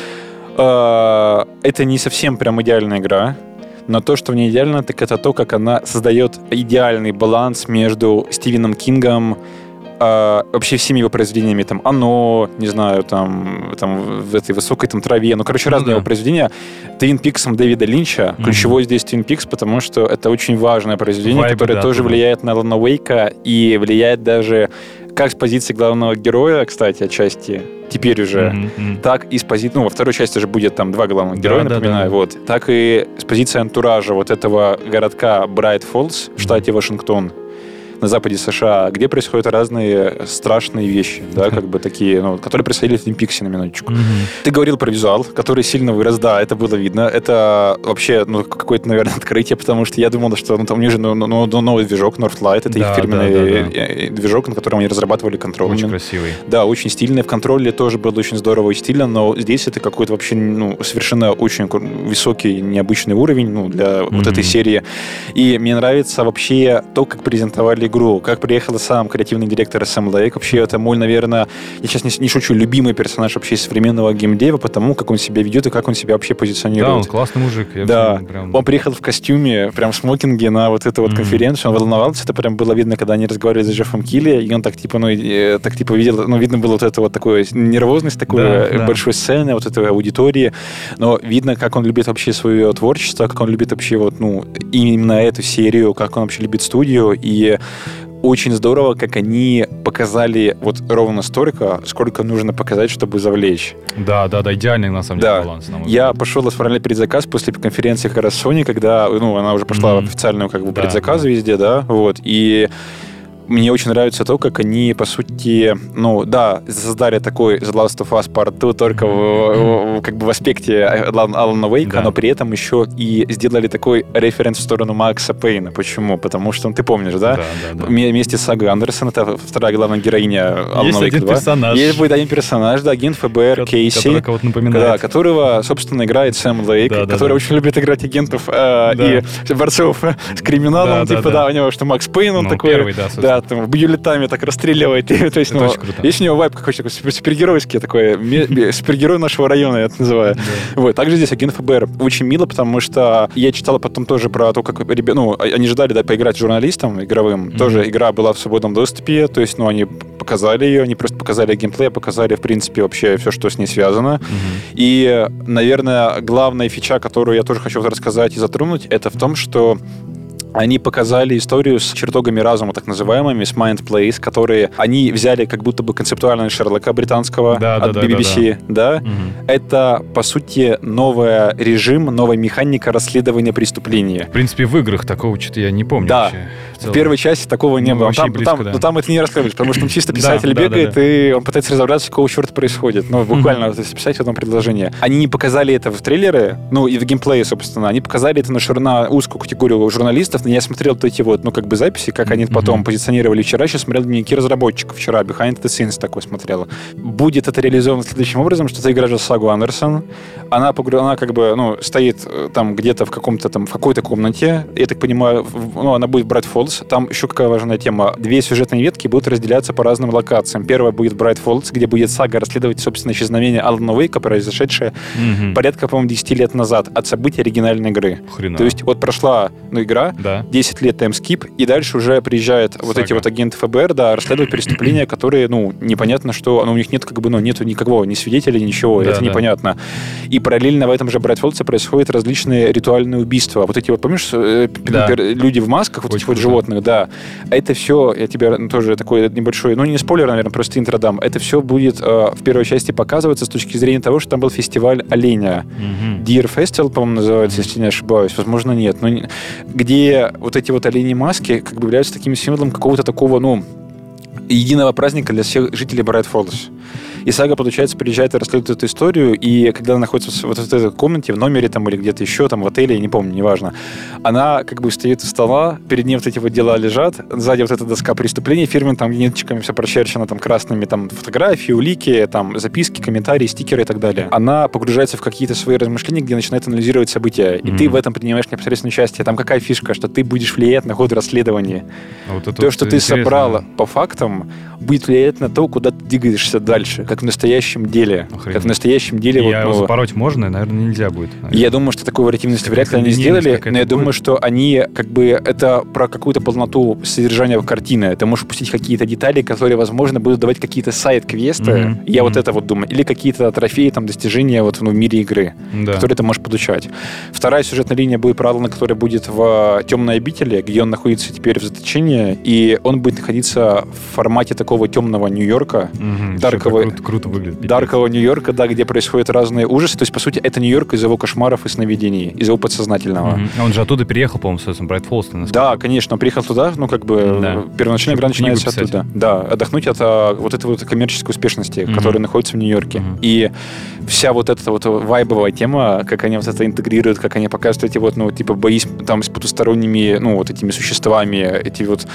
Это не совсем прям идеальная игра, но то, что в ней идеально, так это то, как она создает идеальный баланс между Стивеном Кингом, вообще всеми его произведениями, там, «Оно», не знаю, там в этой высокой там траве, разные его произведения. Твин Пиксом Дэвида Линча. Ключевой здесь Твин Пикс, потому что это очень важное произведение, которое тоже влияет на Алана Уэйка и влияет даже как с позиции главного героя, кстати, отчасти, теперь уже, так и с позиции... во второй части же будет там 2 главных героя, напоминаю, вот. Так и с позиции антуража вот этого городка Брайт-Фоллс в штате Вашингтон, на западе США, где происходят разные страшные вещи, да, как бы такие, которые происходили в Твин Пиксе, на минуточку. Ты говорил про визуал, который сильно вырос, да, это было видно. Это вообще, какое-то, наверное, открытие, потому что я думал, что там у них же новый движок, Northlight, это их фирменный движок, на котором они разрабатывали контроль. Очень красивый. Да, очень стильный. В контроле тоже было очень здорово и стильно, но здесь это какой-то вообще, совершенно очень высокий, необычный уровень, для вот этой серии. И мне нравится вообще то, как презентовали игру, как приехал сам креативный директор Сэм Лейк. Вообще, это мой, наверное, я сейчас не шучу, любимый персонаж вообще современного геймдева, потому как он себя ведет и как он себя вообще позиционирует. Да, он классный мужик. Он приехал в костюме, прям в смокинге на вот эту вот конференцию, он волновался, это прям было видно, когда они разговаривали с Джеффом Килли, и он так видел, видно было вот это вот такое нервозность такой большой сцены, вот этой аудитории, но видно, как он любит вообще свое творчество, как он любит вообще именно эту серию, как он вообще любит студию, и очень здорово, как они показали ровно столько, сколько нужно показать, чтобы завлечь. Да, идеальный, на самом деле, баланс. Я пошел отправлять предзаказ после конференции как раз Sony, когда, она уже пошла в официальную предзаказы везде, и мне очень нравится то, как они, по сути, создали такой The Last of Us Part 2 только в аспекте Алана Уэйка, но при этом еще и сделали такой референс в сторону Макса Пейна. Почему? Потому что, ты помнишь, да? Вместе с Сагой Андерсон, это вторая главная героиня Алана Уэйка 2. Есть один персонаж, агент ФБР, Кейси, которого, собственно, играет Сэм Лейк, который очень любит играть агентов и борцов с криминалом. У него, что Макс Пейн, он такой... Там бюллетами так расстреливает. То есть, есть у него вайб какой-то такой супергеройский, такой супергерой нашего района, я это называю. Также здесь агент ФБР. Очень мило, потому что я читал потом тоже про то, как они ждали поиграть с журналистом игровым. Тоже игра была в свободном доступе, то есть, они показали ее, они просто показали геймплей, показали, в принципе, вообще все, что с ней связано. И, наверное, главная фича, которую я тоже хочу рассказать и затронуть, это в том, что они показали историю с чертогами разума, так называемыми, с Mind Place, которые они взяли как будто бы концептуально Шерлока британского от BBC. Это, по сути, новый режим, новая механика расследования преступления. В принципе, в играх такого что-то я не помню. Да. В первой части такого не было. Но там это не рассказываешь, потому что там чисто писатель бегает, и он пытается разобраться, какого черта происходит. Буквально писать в одном предложении. Они не показали это в трейлере, и в геймплее, собственно. Они показали это на узкую категорию журналистов. Я смотрел эти записи, как они потом позиционировали вчера. Сейчас смотрел дневники разработчиков вчера. Behind the scenes такой смотрел. Будет это реализовано следующим образом, что ты играешь Сагу Андерсон. Она стоит там где-то в какой-то комнате. Я так понимаю, она будет в Брайт-Фоллс. Там еще какая важная тема. 2 сюжетные ветки будут разделяться по разным локациям. Первая будет Брайт-Фоллс, где будет Сага расследовать, собственно, исчезновение Алана Уэйка, произошедшее порядка, по-моему, 10 лет назад от событий оригинальной игры. То есть прошла игра, 10 лет таймскип, и дальше уже приезжают эти агенты ФБР, расследуют преступления, которые, непонятно, что у них нет нету никакого ни свидетелей, ничего, это непонятно. И параллельно в этом же Брайт-Фоллсе происходят различные ритуальные убийства. Помнишь, люди в масках, этих животных, это все, я тебе тоже такой небольшой, не спойлер, наверное, просто интро дам, это все будет в первой части показываться с точки зрения того, что там был фестиваль оленя. Deer Festival, по-моему, называется, если не ошибаюсь, возможно, нет, но где эти оленьи маски являются таким символом какого-то такого, единого праздника для всех жителей Брайт-Фоллс. И Сага, получается, приезжает и расследует эту историю, и когда она находится вот в этой комнате, в номере там или где-то еще, там в отеле, я не помню, неважно, она как бы встает из стола, перед ней вот эти вот дела лежат, сзади вот эта доска преступлений, фирмен, там ниточками все прочерчено, там красными, там фотографии, улики, там записки, комментарии, стикеры и так далее. Она погружается в какие-то свои размышления, где начинает анализировать события, и ты в этом принимаешь непосредственное участие. Там какая фишка, что ты будешь влиять на ход расследования. То, что ты собрала по фактам, будет влиять на то, куда ты двигаешься дальше, как в настоящем деле. Как в настоящем деле. Его запороть можно, наверное, нельзя будет. Я думаю, что такой вариативности вряд ли они сделали, но я думаю, что они как бы это про какую-то полноту содержания картины. Ты можешь упустить какие-то детали, которые, возможно, будут давать какие-то сайд-квесты. Я вот это вот думаю. Или какие-то трофеи, там, достижения вот в мире игры, которые ты можешь получать. Вторая сюжетная линия будет про Алана, который будет в «Темной обители», где он находится теперь в заточении, и он будет находиться в формате такого темного Нью-Йорка, круто выглядит. Даркового Нью-Йорка, да, где происходят разные ужасы. То есть, по сути, это Нью-Йорк из его кошмаров и сновидений, из его подсознательного. Он же оттуда переехал, по-моему, собственно, Брайт Фоллс. Да, конечно, он приехал туда, ну, как бы, первоначальная игра начинается оттуда. Да, отдохнуть от вот этой вот коммерческой успешности, которая находится в Нью-Йорке. И вся вот эта вот вайбовая тема, как они вот это интегрируют, как они показывают эти вот, ну, типа, бои там с потусторонними, ну, вот этими существами, эти вот,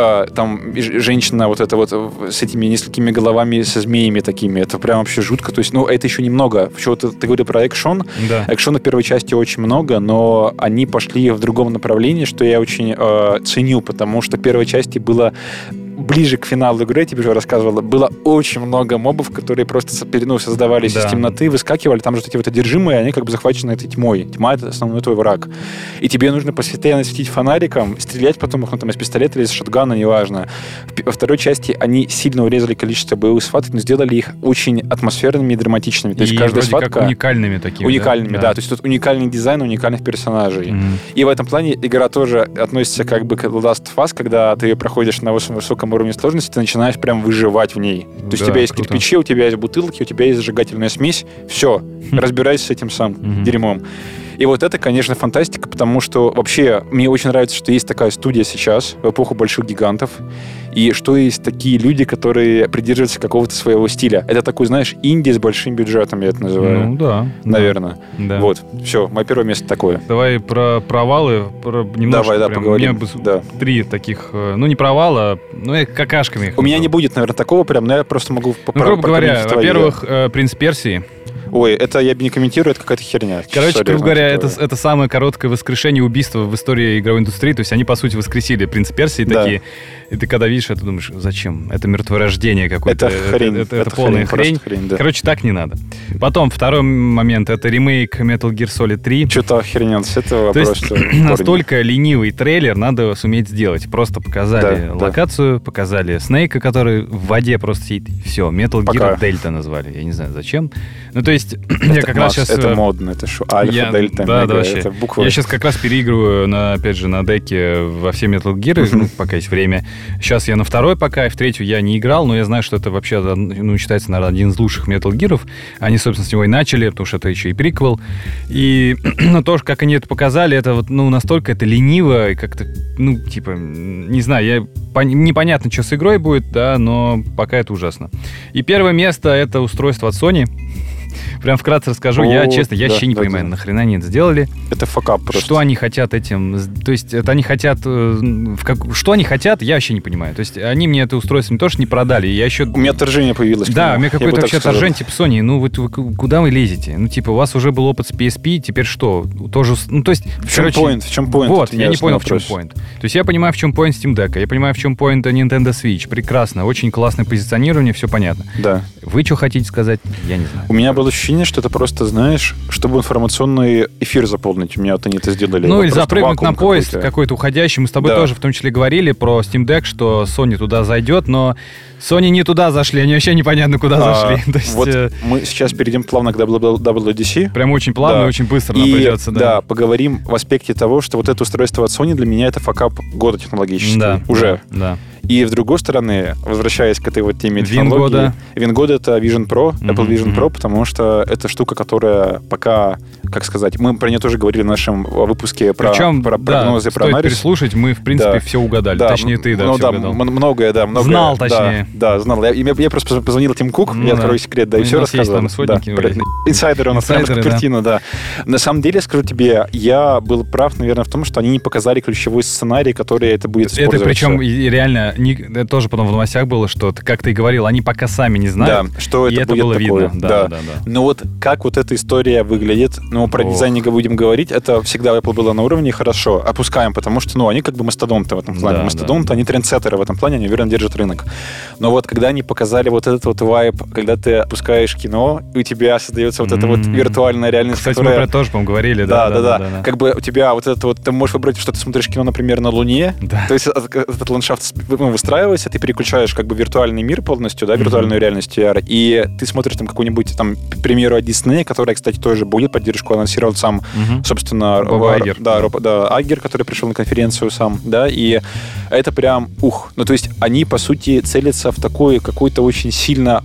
там, женщина вот это вот с этими несколькими головами, со змеями такими, это прям вообще жутко. То есть, ну, это еще немного. Еще ты говорил про экшон. Да. Экшона в первой части очень много, но они пошли в другом направлении, что я очень ценю, потому что в первой части было ближе к финалу игры, я тебе уже рассказывала, было очень много мобов, которые просто создавались из темноты, выскакивали, там же вот эти вот одержимые, они как бы захвачены этой тьмой. Тьма — это основной твой враг. И тебе нужно постоянно светить фонариком, стрелять потом их, ну, там, из пистолета или из шотгана, неважно. Во второй части они сильно урезали количество боевых схваток, но сделали их очень атмосферными и драматичными. То есть каждая схватка... как уникальными такими. Уникальными, да. То есть тут уникальный дизайн уникальных персонажей. И в этом плане игра тоже относится как бы к Last of Us, когда ты ее проходишь на высоком уровне сложности, ты начинаешь прям выживать в ней. То есть у тебя есть кирпичи, у тебя есть бутылки, у тебя есть зажигательная смесь. Все, разбирайся с этим сам дерьмом. И вот это, конечно, фантастика, потому что вообще мне очень нравится, что есть такая студия сейчас, в эпоху больших гигантов, и что есть такие люди, которые придерживаются какого-то своего стиля. Это такой, знаешь, инди с большим бюджетом, я это называю. Ну, да. Наверное. Да. Вот, все, мое первое место такое. Давай про провалы, немножко. Давай, да, поговорим. У меня три таких, ну, не провала, но я какашками их. У меня не будет, наверное, такого прям, но я просто могу... грубо говоря, во-первых, «Принц Персии». Ой, это я не комментирую, это какая-то херня. Короче, грубо говоря, это самое короткое воскрешение убийства в истории игровой индустрии. То есть они, по сути, воскресили «Принца Персии» такие. И ты когда видишь это, думаешь, зачем? Это мертворождение какое-то. Это хрень. Это полная хрень. Да. Короче, так не надо. Потом, второй момент, это ремейк Metal Gear Solid 3. Что-то охренел с этого. То есть настолько ленивый трейлер надо суметь сделать. Просто показали локацию, показали Снейка, который в воде просто сидит. Все, Metal Gear Delta назвали. Я не знаю, зачем. Ну, то есть, я как раз сейчас... Это модно, это что? Альфа, Дельта, Мега, это буквы. Я сейчас как раз переигрываю, опять же, на деке во все Metal Gear, пока есть время. Сейчас я на второй пока, и в третью я не играл, но я знаю, что это вообще, ну, считается, наверное, один из лучших Metal Gear'ов. Они, собственно, с него и начали, потому что это еще и приквел. И ну, то, как они это показали, это вот, ну, настолько это лениво, и как-то, ну, типа, не знаю, непонятно, что с игрой будет, да, но пока это ужасно. И первое место — это устройство от Sony. Прям вкратце расскажу. Я, честно, вообще не понимаю, нахрена они это сделали. Это факап просто. Что они хотят этим... То есть, это они хотят... Что они хотят, я вообще не понимаю. То есть, они мне это устройство не то, что не продали. Я еще... У меня отторжение появилось. Да, у меня какое-то вообще отторжение, типа, Sony, ну, вы куда вы лезете? Ну, типа, у вас уже был опыт с PSP, теперь что? Тоже... Ну, то есть... В чем point? Вот, я не понял, в чем point. То есть, я понимаю, в чем point Steam Deck, я понимаю, в чем point Nintendo Switch. Прекрасно, очень классное позиционирование, все понятно. Да. Вы что хотите сказать? Я не знаю. У меня было ощущение, что это просто, знаешь, чтобы информационный эфир заполнить. У меня вот они это сделали. Ну, или запрыгнуть на поезд какой-то уходящий. Мы с тобой тоже в том числе говорили про Steam Deck, что Sony туда зайдет, но Sony не туда зашли, они вообще непонятно куда зашли. То есть, вот мы сейчас перейдем плавно к WWDC. Прям очень плавно и очень быстро нам придется. Да, поговорим в аспекте того, что вот это устройство от Sony для меня это факап года технологический. Да, уже. Да. И, с другой стороны, возвращаясь к этой вот теме технологии... Вингода — это Vision Pro, Apple Vision Pro, потому что это штука, которая пока как сказать, мы про нее тоже говорили в нашем выпуске про прогнозы, про анализ. Переслушать, мы, в принципе, все угадали. Да, точнее, ты, все угадал. Многое. Знал, точнее. Да, знал. Я просто позвонил Тим Кук, я открою секрет, и все рассказал. Инсайдеры у нас прямо Купертино, да. На самом деле, скажу тебе, я был прав, наверное, в том, что они не показали ключевой сценарий, который это будет использоваться. Это причем реально, тоже потом в новостях было, что, как ты и говорил, они пока сами не знают. Да, что это будет было такое. Видно. Да. Но вот как вот эта история выглядит, про дизайн не будем говорить, это всегда Apple было на уровне, хорошо, опускаем, потому что, они как бы мастодонты в этом плане. Мастодонты, они трендсеттеры в этом плане, они уверенно держат рынок. Но вот когда они показали вот этот вот вайб, когда ты опускаешь кино, и у тебя создается вот эта вот виртуальная реальность, кстати, которая... мы про это тоже, по-моему, говорили. Да. Как бы у тебя вот это вот, ты можешь выбрать, что ты смотришь кино, например, на Луне, то есть этот ландшафт выстраивается, ты переключаешь как бы виртуальный мир полностью, да, виртуальную реальность VR, и ты смотришь там какую-нибудь там премьеру от Disney, которая, кстати, тоже будет, поддержку анонсировал сам, собственно, Боб Айгер. Айгер, который пришел на конференцию сам, да, и это прям, то есть они, по сути, целятся в такой какой-то очень сильно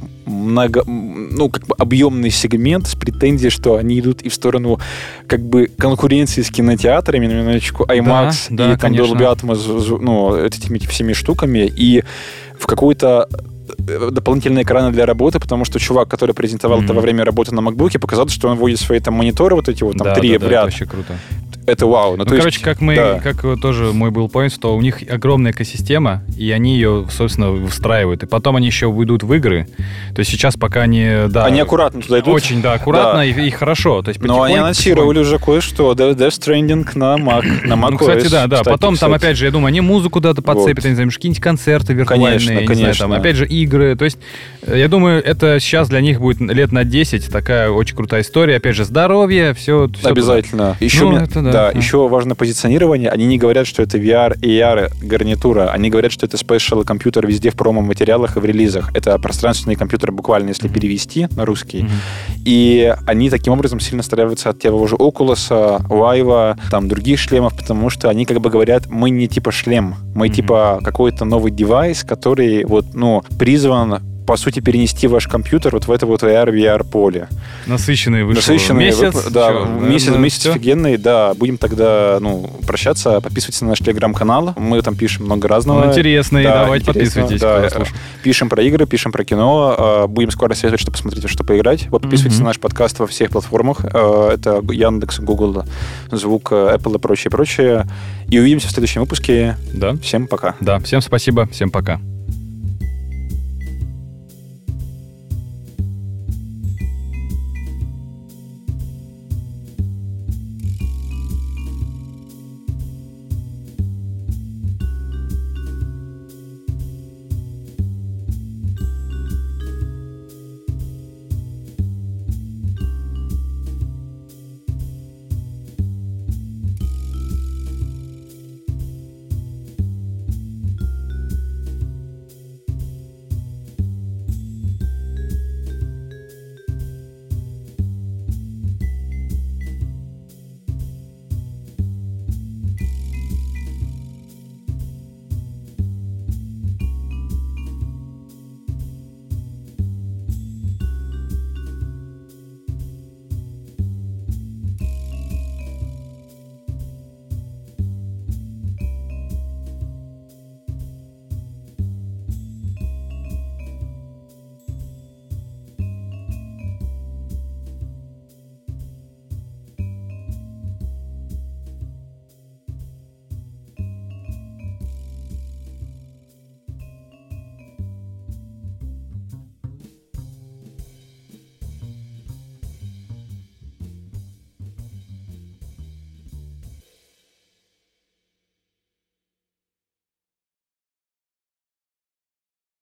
объемный сегмент с претензией, что они идут и в сторону как бы конкуренции с кинотеатрами, на минуточку, IMAX и там Dolby Atmos, этими всеми штуками, и в какой-то дополнительные экраны для работы, потому что чувак, который презентовал это во время работы на MacBook, показал, что он вводит свои там мониторы, вот эти вот там 3 в ряд. Это вообще круто. Это вау. Как тоже мой был point, что у них огромная экосистема, и они ее, собственно, встраивают. И потом они еще уйдут в игры. То есть сейчас пока они... Они аккуратно туда идут. Очень, аккуратно и хорошо. То есть но они анонсировали уже кое-что. Death Stranding на Mac. На Mac кстати, да. Потом там, опять же, я думаю, они музыку куда-то подцепят, не знаю, какие-нибудь концерты виртуальные. Конечно. Опять же, игры. То есть, я думаю, это сейчас для них будет лет на 10 такая очень крутая история. Опять же, здоровье, все. Обязательно. Еще важно позиционирование. Они не говорят, что это VR и AR гарнитура. Они говорят, что это спешл компьютер везде в промо-материалах и в релизах. Это пространственный компьютер, буквально, если перевести на русский. И они таким образом сильно стараются от того же Oculus, Vive, там, других шлемов, потому что они как бы говорят, мы не типа шлем, мы типа какой-то новый девайс, который призван, по сути, перенести ваш компьютер вот в это вот AR-VR поле. Насыщенный месяц. Месяц офигенный, да. Будем тогда, прощаться. Подписывайтесь на наш телеграм-канал. Мы там пишем много разного. Интересный, давайте подписывайтесь. Да. Пишем про игры, пишем про кино. Будем скоро советовать, что посмотреть, что поиграть. Вот подписывайтесь на наш подкаст во всех платформах. Это Яндекс, Google, Звук, Apple и прочее. И увидимся в следующем выпуске. Да. Всем пока. Да, всем спасибо, всем пока.